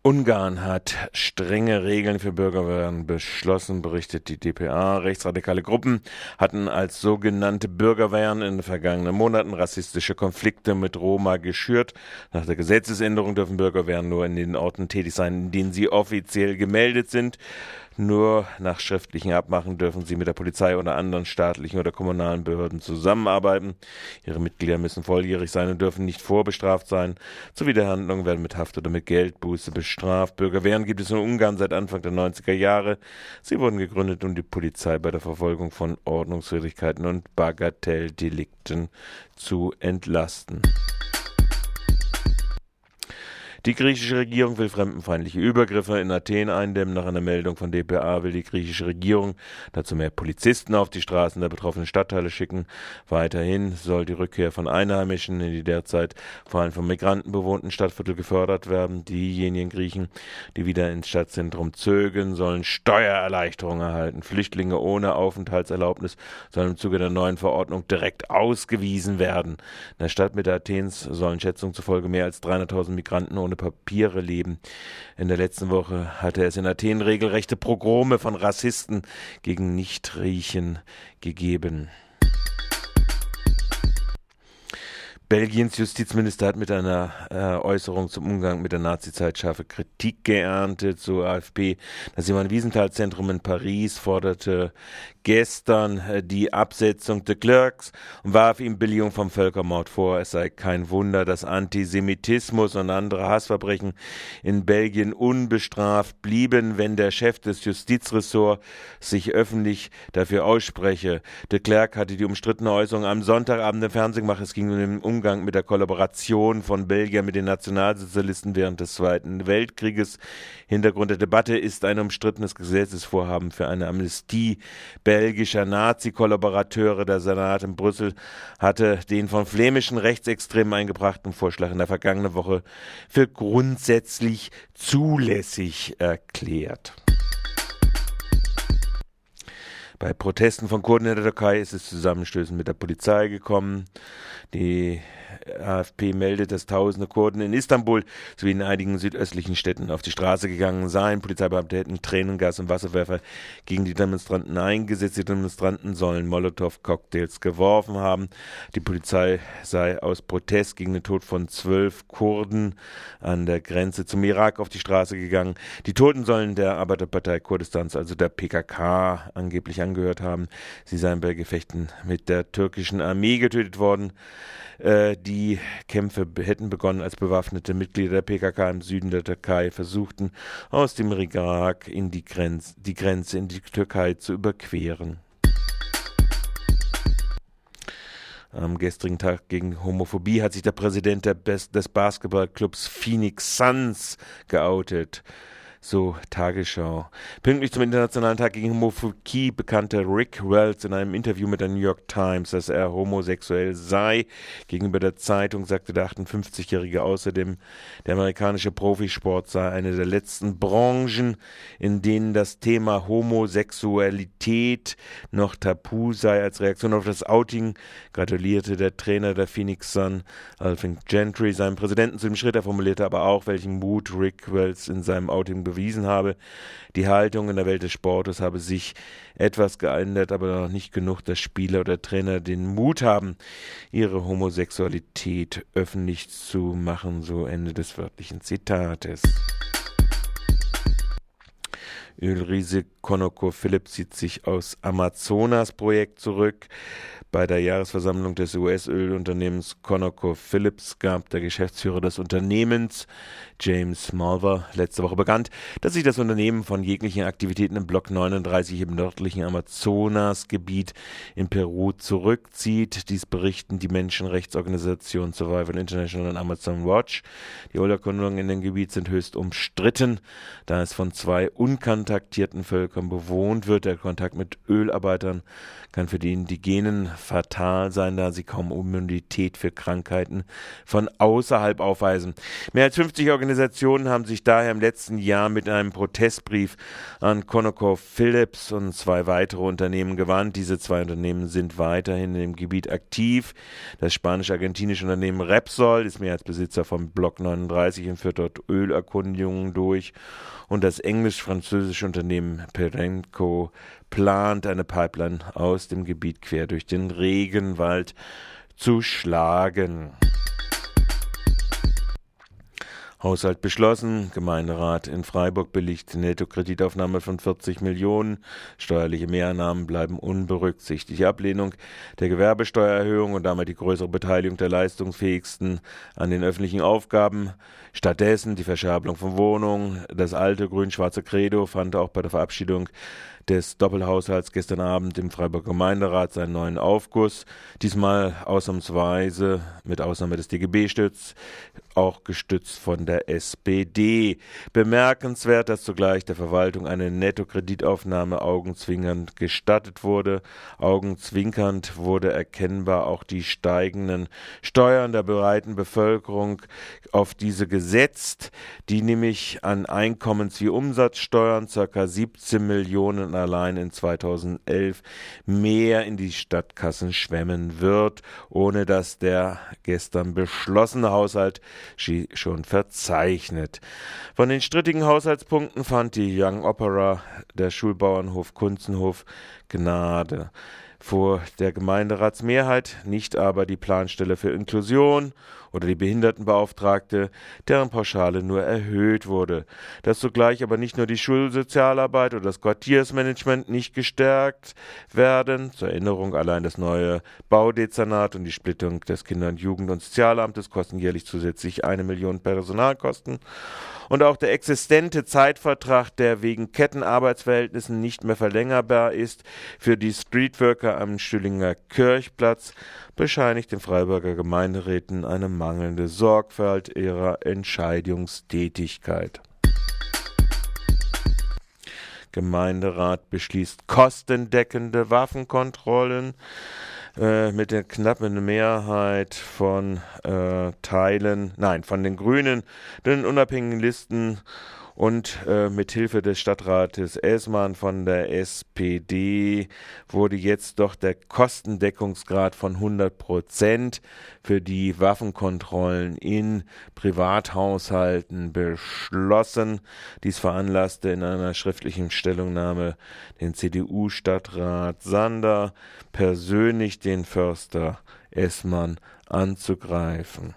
Ungarn hat strenge Regeln für Bürgerwehren beschlossen, berichtet die dpa. Rechtsradikale Gruppen hatten als sogenannte Bürgerwehren in den vergangenen Monaten rassistische Konflikte mit Roma geschürt. Nach der Gesetzesänderung dürfen Bürgerwehren nur in den Orten tätig sein, in denen sie offiziell gemeldet sind. Nur nach schriftlichen Abmachen dürfen sie mit der Polizei oder anderen staatlichen oder kommunalen Behörden zusammenarbeiten. Ihre Mitglieder müssen volljährig sein und dürfen nicht vorbestraft sein. Zuwiderhandlungen werden mit Haft oder mit Geldbuße bestraft. Bürgerwehren gibt es in Ungarn seit Anfang der 90er Jahre. Sie wurden gegründet, um die Polizei bei der Verfolgung von Ordnungswidrigkeiten und Bagatelldelikten zu entlasten. Die griechische Regierung will fremdenfeindliche Übergriffe in Athen eindämmen. Nach einer Meldung von dpa will die griechische Regierung dazu mehr Polizisten auf die Straßen der betroffenen Stadtteile schicken. Weiterhin soll die Rückkehr von Einheimischen in die derzeit vor allem von Migranten bewohnten Stadtviertel gefördert werden. Diejenigen Griechen, die wieder ins Stadtzentrum zögern, sollen Steuererleichterungen erhalten. Flüchtlinge ohne Aufenthaltserlaubnis sollen im Zuge der neuen Verordnung direkt ausgewiesen werden. In der Stadtmitte Athens sollen Schätzungen zufolge mehr als 300.000 Migranten ohne Papiere leben. In der letzten Woche hatte es in Athen regelrechte Pogrome von Rassisten gegen Nichtgriechen gegeben. Belgiens Justizminister hat mit einer Äußerung zum Umgang mit der Nazizeit scharfe Kritik geerntet. So AfP. Das Simon-Wiesenthal-Zentrum in Paris forderte gestern die Absetzung de Klerks und warf ihm Billigung vom Völkermord vor. Es sei kein Wunder, dass Antisemitismus und andere Hassverbrechen in Belgien unbestraft blieben, wenn der Chef des Justizressorts sich öffentlich dafür ausspreche. De Klerk hatte die umstrittene Äußerung am Sonntagabend im Fernsehen gemacht. Es ging um den Umgang mit der Kollaboration von Belgien mit den Nationalsozialisten während des Zweiten Weltkrieges. Hintergrund der Debatte ist ein umstrittenes Gesetzesvorhaben für eine Amnestie belgischer Nazi-Kollaborateure. Der Senat in Brüssel hatte den von flämischen Rechtsextremen eingebrachten Vorschlag in der vergangenen Woche für grundsätzlich zulässig erklärt. Bei Protesten von Kurden in der Türkei ist es zu Zusammenstößen mit der Polizei gekommen. Die AfP meldet, dass tausende Kurden in Istanbul sowie in einigen südöstlichen Städten auf die Straße gegangen seien. Polizeibeamte hätten Tränengas und Wasserwerfer gegen die Demonstranten eingesetzt. Die Demonstranten sollen Molotow-Cocktails geworfen haben. Die Polizei sei aus Protest gegen den Tod von 12 Kurden an der Grenze zum Irak auf die Straße gegangen. Die Toten sollen der Arbeiterpartei Kurdistans, also der PKK, angeblich angehört haben. Sie seien bei Gefechten mit der türkischen Armee getötet worden. Die Kämpfe hätten begonnen, als bewaffnete Mitglieder der PKK im Süden der Türkei versuchten, aus dem Irak die Grenze in die Türkei zu überqueren. Am gestrigen Tag gegen Homophobie hat sich der Präsident des Basketballclubs Phoenix Suns geoutet. So Tagesschau. Pünktlich zum Internationalen Tag gegen Homophobie bekannte Rick Wells in einem Interview mit der New York Times, dass er homosexuell sei. Gegenüber der Zeitung sagte der 58-Jährige außerdem, der amerikanische Profisport sei eine der letzten Branchen, in denen das Thema Homosexualität noch tabu sei. Als Reaktion auf das Outing gratulierte der Trainer der Phoenix Suns, Alvin Gentry, seinem Präsidenten zu dem Schritt. Er formulierte aber auch, welchen Mut Rick Wells in seinem Outing bewiesen habe. Die Haltung in der Welt des Sportes habe sich etwas geändert, aber noch nicht genug, dass Spieler oder Trainer den Mut haben, ihre Homosexualität öffentlich zu machen. So Ende des wörtlichen Zitates. Ölriese ConocoPhillips zieht sich aus Amazonas-Projekt zurück. Bei der Jahresversammlung des US-Ölunternehmens ConocoPhillips gab der Geschäftsführer des Unternehmens, James Mulver, letzte Woche bekannt, dass sich das Unternehmen von jeglichen Aktivitäten im Block 39 im nördlichen Amazonasgebiet in Peru zurückzieht. Dies berichten die Menschenrechtsorganisationen Survival International und Amazon Watch. Die Ölerkundungen in dem Gebiet sind höchst umstritten, da es von zwei unkanter kontaktierten Völkern bewohnt wird. Der Kontakt mit Ölarbeitern kann für die Indigenen fatal sein, da sie kaum Immunität für Krankheiten von außerhalb aufweisen. Mehr als 50 Organisationen haben sich daher im letzten Jahr mit einem Protestbrief an ConocoPhillips und 2 weitere Unternehmen gewandt. Diese 2 Unternehmen sind weiterhin im Gebiet aktiv. Das spanisch-argentinische Unternehmen Repsol ist Mehrheitsbesitzer von Block 39 und führt dort Ölerkundungen durch. Und das englisch-französische Unternehmen Perenco plant, eine Pipeline aus dem Gebiet quer durch den Regenwald zu schlagen. Haushalt beschlossen, Gemeinderat in Freiburg billigt Nettokreditaufnahme von 40 Millionen, steuerliche Mehreinnahmen bleiben unberücksichtigt. Die Ablehnung der Gewerbesteuererhöhung und damit die größere Beteiligung der Leistungsfähigsten an den öffentlichen Aufgaben, stattdessen die Verscherbelung von Wohnungen. Das alte grün-schwarze Credo fand auch bei der Verabschiedung des Doppelhaushalts gestern Abend im Freiburger Gemeinderat seinen neuen Aufguss, diesmal ausnahmsweise mit Ausnahme des DGB-Stütz, auch gestützt von der SPD. Bemerkenswert, dass zugleich der Verwaltung eine Nettokreditaufnahme augenzwinkernd gestattet wurde. Augenzwinkernd wurde erkennbar auch die steigenden Steuern der breiten Bevölkerung auf diese gesetzt, die nämlich an Einkommens- wie Umsatzsteuern ca. 17 Millionen allein in 2011 mehr in die Stadtkassen schwemmen wird, ohne dass der gestern beschlossene Haushalt schon verzeichnet. Von den strittigen Haushaltspunkten fand die Young Opera, der Schulbauernhof Kunzenhof, Gnade vor der Gemeinderatsmehrheit, nicht aber die Planstelle für Inklusion oder die Behindertenbeauftragte, deren Pauschale nur erhöht wurde. Dass zugleich aber nicht nur die Schulsozialarbeit oder das Quartiersmanagement nicht gestärkt werden, zur Erinnerung allein das neue Baudezernat und die Splittung des Kinder- und Jugend- und Sozialamtes kosten jährlich zusätzlich 1 Million Personalkosten. Und auch der existente Zeitvertrag, der wegen Kettenarbeitsverhältnissen nicht mehr verlängerbar ist, für die Streetworker am Stühlinger Kirchplatz, bescheinigt den Freiburger Gemeinderäten eine mangelnde Sorgfalt ihrer Entscheidungstätigkeit. Gemeinderat beschließt kostendeckende Waffenkontrollen mit der knappen Mehrheit von von den Grünen, den unabhängigen Listen und mit Hilfe des Stadtrates Esmann von der SPD wurde jetzt doch der Kostendeckungsgrad von 100% für die Waffenkontrollen in Privathaushalten beschlossen. Dies veranlasste in einer schriftlichen Stellungnahme den CDU-Stadtrat Sander, persönlich den Förster Esmann anzugreifen.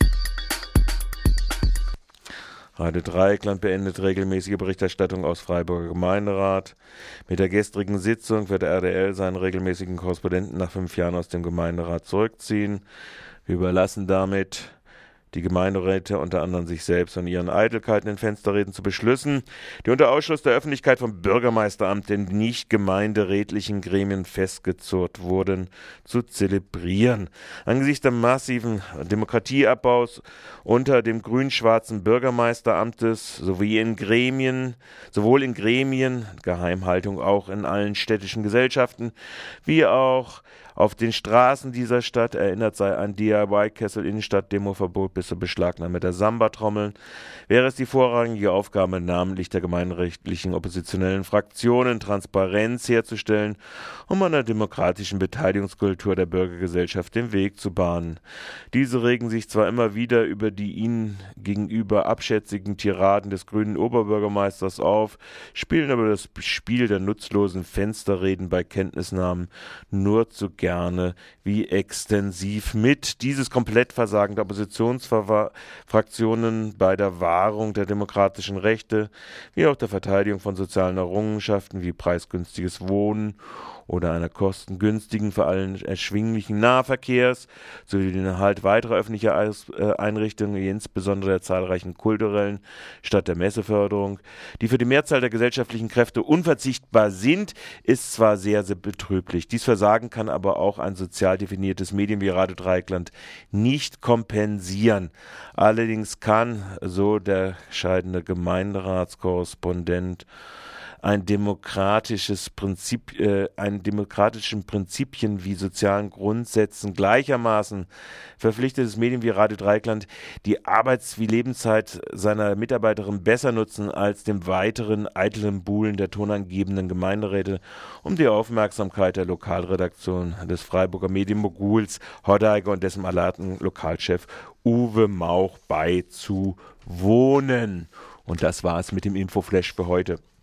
Radio Dreieckland beendet regelmäßige Berichterstattung aus Freiburger Gemeinderat. Mit der gestrigen Sitzung wird der RDL seinen regelmäßigen Korrespondenten nach 5 Jahren aus dem Gemeinderat zurückziehen. Wir überlassen damit die Gemeinderäte unter anderem sich selbst und ihren Eitelkeiten in Fensterreden zu beschlüssen, die unter Ausschluss der Öffentlichkeit vom Bürgermeisteramt in nicht gemeinderätlichen Gremien festgezurrt wurden, zu zelebrieren. Angesichts der massiven Demokratieabbaus unter dem grün-schwarzen Bürgermeisteramtes sowohl in Gremien, Geheimhaltung auch in allen städtischen Gesellschaften, wie auch auf den Straßen dieser Stadt, erinnert sei an DIY-Kessel, Innenstadt-Demoverbot bis zur Beschlagnahme der Samba-Trommeln, wäre es die vorrangige Aufgabe, namentlich der gemeinderechtlichen oppositionellen Fraktionen Transparenz herzustellen, um einer demokratischen Beteiligungskultur der Bürgergesellschaft den Weg zu bahnen. Diese regen sich zwar immer wieder über die ihnen gegenüber abschätzigen Tiraden des grünen Oberbürgermeisters auf, spielen aber das Spiel der nutzlosen Fensterreden bei Kenntnisnahmen nur zu gerne wie extensiv mit. Dieses Komplettversagen der Oppositionsfraktionen bei der Wahrung der demokratischen Rechte, wie auch der Verteidigung von sozialen Errungenschaften wie preisgünstiges Wohnen oder einer kostengünstigen, vor allem erschwinglichen Nahverkehrs sowie den Erhalt weiterer öffentlicher Einrichtungen, insbesondere der zahlreichen kulturellen, statt der Messeförderung, die für die Mehrzahl der gesellschaftlichen Kräfte unverzichtbar sind, ist zwar sehr, sehr betrüblich. Dies Versagen kann aber auch ein sozial definiertes Medium wie Radio Dreieckland nicht kompensieren. Allerdings kann, so der scheidende Gemeinderatskorrespondent, einen demokratischen Prinzipien wie sozialen Grundsätzen gleichermaßen verpflichtetes Medium wie Radio Dreieckland die Arbeits- wie Lebenszeit seiner Mitarbeiterin besser nutzen als dem weiteren eitlen Buhlen der tonangebenden Gemeinderäte, um die Aufmerksamkeit der Lokalredaktion des Freiburger Medienmoguls Hoddeiger und dessen malaten Lokalchef Uwe Mauch beizuwohnen. Und das war es mit dem Infoflash für heute.